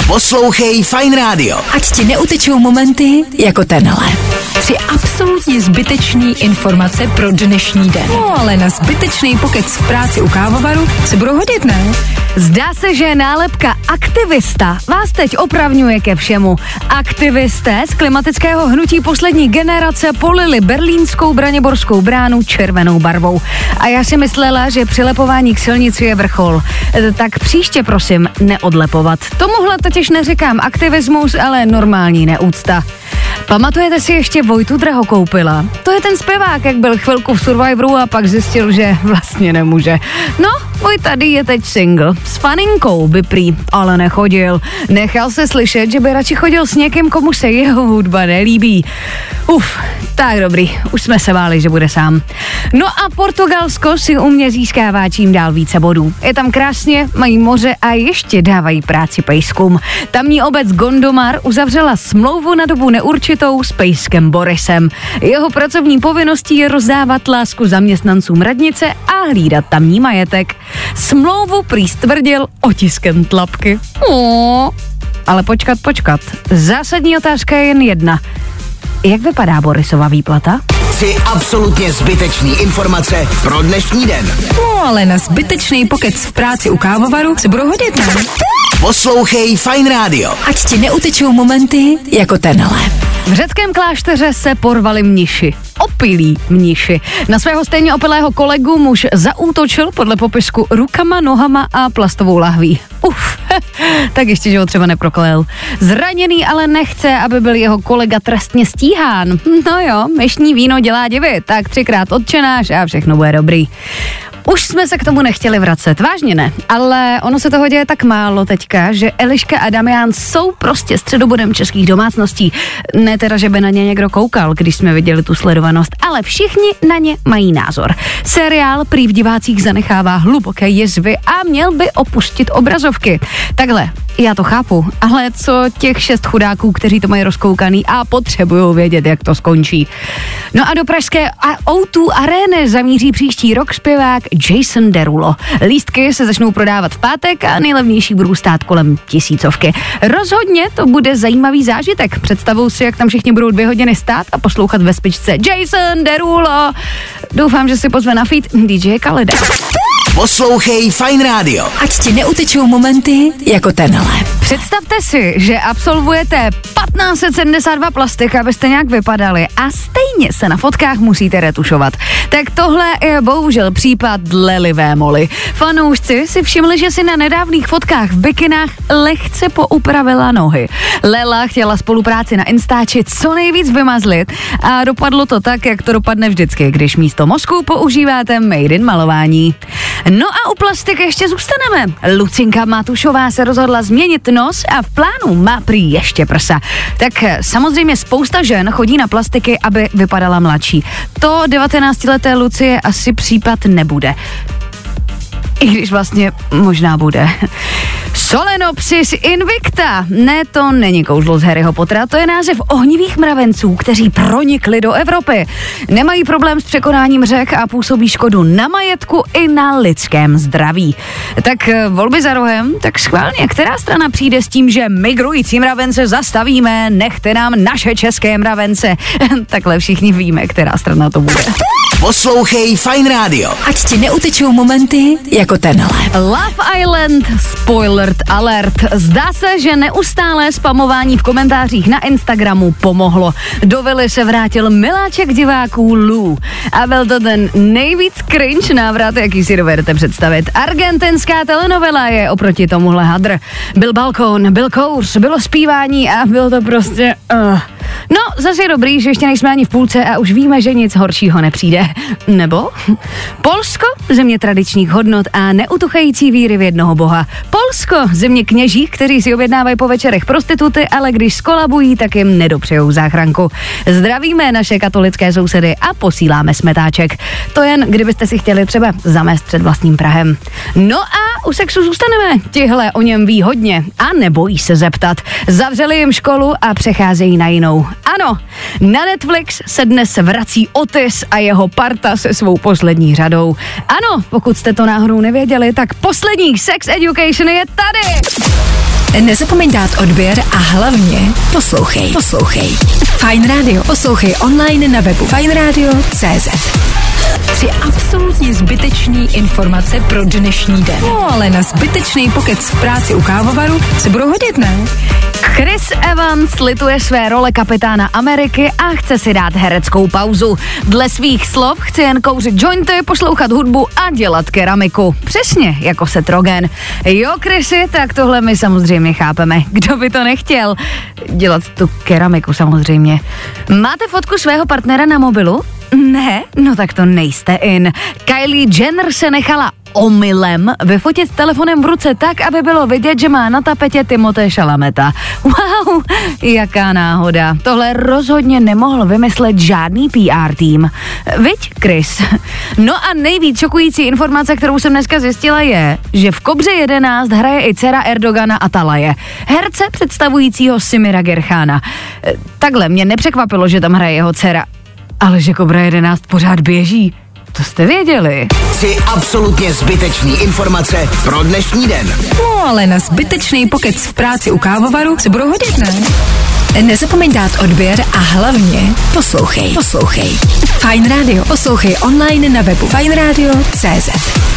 Poslouchej Fajn rádio. Ať ti neutečou momenty jako tenhle. 3 absolutně zbytečný informace pro dnešní den. No ale na zbytečný pokec v práci u kávovaru se budou hodit, ne? Zdá se, že nálepka aktivista vás teď opravňuje ke všemu. Aktivisté z klimatického hnutí poslední generace polili berlínskou Braniborskou bránu červenou barvou. A já si myslela, že přilepování k silnici je vrchol. Tak příště prosím neodlepovat. Tomuhle totiž neříkám aktivismus, ale normální neúcta. Pamatujete si ještě Vojtu Drahokoupila? To je ten zpěvák, jak byl chvilku v Survivoru a pak zjistil, že vlastně nemůže. No, Vojta je teď single. S faninkou by prý, ale nechodil. Nechal se slyšet, že by radši chodil s někým, komu se jeho hudba nelíbí. Tak dobrý, už jsme se báli, že bude sám. No a Portugalsko si u mě získává čím dál více bodů. Je tam krásně, mají moře a ještě dávají práci pejskům. Tamní obec Gondomar uzavřela smlouvu na dobu neurčitou s pejskem Borisem. Jeho pracovní povinností je rozdávat lásku zaměstnancům radnice a hlídat tamní majetek. Smlouvu prý stvrdil otiskem tlapky. Ale počkat. Zásadní otázka je jen jedna. Jak vypadá Borisova výplata? 3 absolutně zbytečný informace pro dnešní den. No ale na zbytečný pokec v práci u kávovaru se budou hodit, ne? Poslouchej Fajn rádio. Ať ti neutečou momenty jako tenhle. V řeckém klášteře se porvali mniši. Opilí mniši. Na svého stejně opilého kolegu muž zaútočil podle popisku rukama, nohama a plastovou lahví. Tak ještě, že ho třeba neproklel. Zraněný ale nechce, aby byl jeho kolega trestně stíhán. No jo, mešní víno dělá divy, tak 3krát odčenáš a všechno bude dobrý. Už jsme se k tomu nechtěli vracet, vážně ne, ale ono se toho děje tak málo teďka, že Eliška a Damián jsou prostě středobodem českých domácností. Ne teda, že by na ně někdo koukal, když jsme viděli tu sledovanost, ale všichni na ně mají názor. Seriál prý v divácích zanechává hluboké jizvy a měl by opustit obrazovky. Takhle, já to chápu, ale co těch 6 chudáků, kteří to mají rozkoukaný a potřebují vědět, jak to skončí. No a do pražské O2 Areny zamíří příští rok zpěvák Jason Derulo. Lístky se začnou prodávat v pátek a nejlevnější budou stát kolem 1000. Rozhodně to bude zajímavý zážitek. Představuji si, jak tam všichni budou 2 hodiny stát a poslouchat ve spičce Jason Derulo. Doufám, že si pozve na feed DJ Khaleda. Poslouchej Fajn rádio. Ať ti neutečou momenty jako tenhle. Představte si, že absolvujete 1572 plastik, abyste nějak vypadali a stejně se na fotkách musíte retušovat. Tak tohle je bohužel případ lelivé Molly. Fanoušci si všimli, že si na nedávných fotkách v bikinách lehce poupravila nohy. Lela chtěla spolupráci na Instači co nejvíc vymazlit a dopadlo to tak, jak to dopadne vždycky, když místo mozku používáte made in malování. No a u plastik ještě zůstaneme. Lucinka Matušová se rozhodla změnit nos a v plánu má prý ještě prsa. Tak samozřejmě spousta žen chodí na plastiky, aby vypadala mladší. To 19leté Lucie asi případ nebude. I když vlastně možná bude. Solenopsis invicta. Ne, to není kouzlo z Harryho Pottera, to je název ohnivých mravenců, kteří pronikli do Evropy. Nemají problém s překonáním řek a působí škodu na majetku i na lidském zdraví. Tak volby za rohem, tak schválně, která strana přijde s tím, že migrující mravence zastavíme, nechte nám naše české mravence. Takhle všichni víme, která strana to bude. Poslouchej Fajn rádio. Ať ti neutečou momenty jako tenhle. Love Island, spoiler alert. Zdá se, že neustálé spamování v komentářích na Instagramu pomohlo. Do vily se vrátil miláček diváků Lou. A byl to ten nejvíc cringe návrat, jaký si dovedete představit. Argentinská telenovela je oproti tomuhle hadr. Byl balkón, byl kouř, bylo zpívání a bylo to prostě... No, zase je dobrý, že ještě nejsme ani v půlce a už víme, že nic horšího nepřijde. Nebo? Polsko, země tradičních hodnot a neutuchající víry v jednoho boha. Polsko, země kněží, kteří si objednávají po večerech prostituty, ale když skolabují, tak jim nedopřejou záchranku. Zdravíme naše katolické sousedy a posíláme smetáček. To jen, kdybyste si chtěli třeba zamést před vlastním prahem. No a u sexu zůstaneme. Tihle o něm ví hodně a nebojí se zeptat. Zavřeli jim školu a přecházejí na jinou. Ano, na Netflix se dnes vrací Otis a jeho parta se svou poslední řadou. Ano, pokud jste to náhodou nevěděli, tak poslední Sex Education je tady! Nezapomeň dát odběr a hlavně poslouchej. Fajn Radio. Poslouchej online na webu fajnradio.cz. 3 absolutně zbytečný informace pro dnešní den. No ale na zbytečný pokec v práci u kávovaru se budou hodit, ne? Chris Evans lituje své role kapitána Ameriky a chce si dát hereckou pauzu. Dle svých slov chce jen kouřit jointy, poslouchat hudbu a dělat keramiku. Přesně jako Seth Rogen. Jo, Chrisi, tak tohle my samozřejmě chápeme. Kdo by to nechtěl? Dělat tu keramiku samozřejmě. Máte fotku svého partnera na mobilu? Ne? No tak to nejste in. Kylie Jenner se nechala omylem vyfotit telefonem v ruce tak, aby bylo vidět, že má na tapetě Timothée Chalameta. Wow, jaká náhoda. Tohle rozhodně nemohl vymyslet žádný PR tým. Viď, Chris? No a nejvíc šokující informace, kterou jsem dneska zjistila, je, že v Kobře 11 hraje i dcera Erdogana Atalaje, herce představujícího Simira Gerchana. Takhle, mě nepřekvapilo, že tam hraje jeho dcera, ale že Kobra 11 pořád běží. To jste věděli. 3 absolutně zbytečný informace pro dnešní den. No ale na zbytečný pokec v práci u kávovaru se budou hodit, ne? Nezapomeň dát odběr a hlavně poslouchej. Fajn Radio. Poslouchej online na webu fajnradio.cz.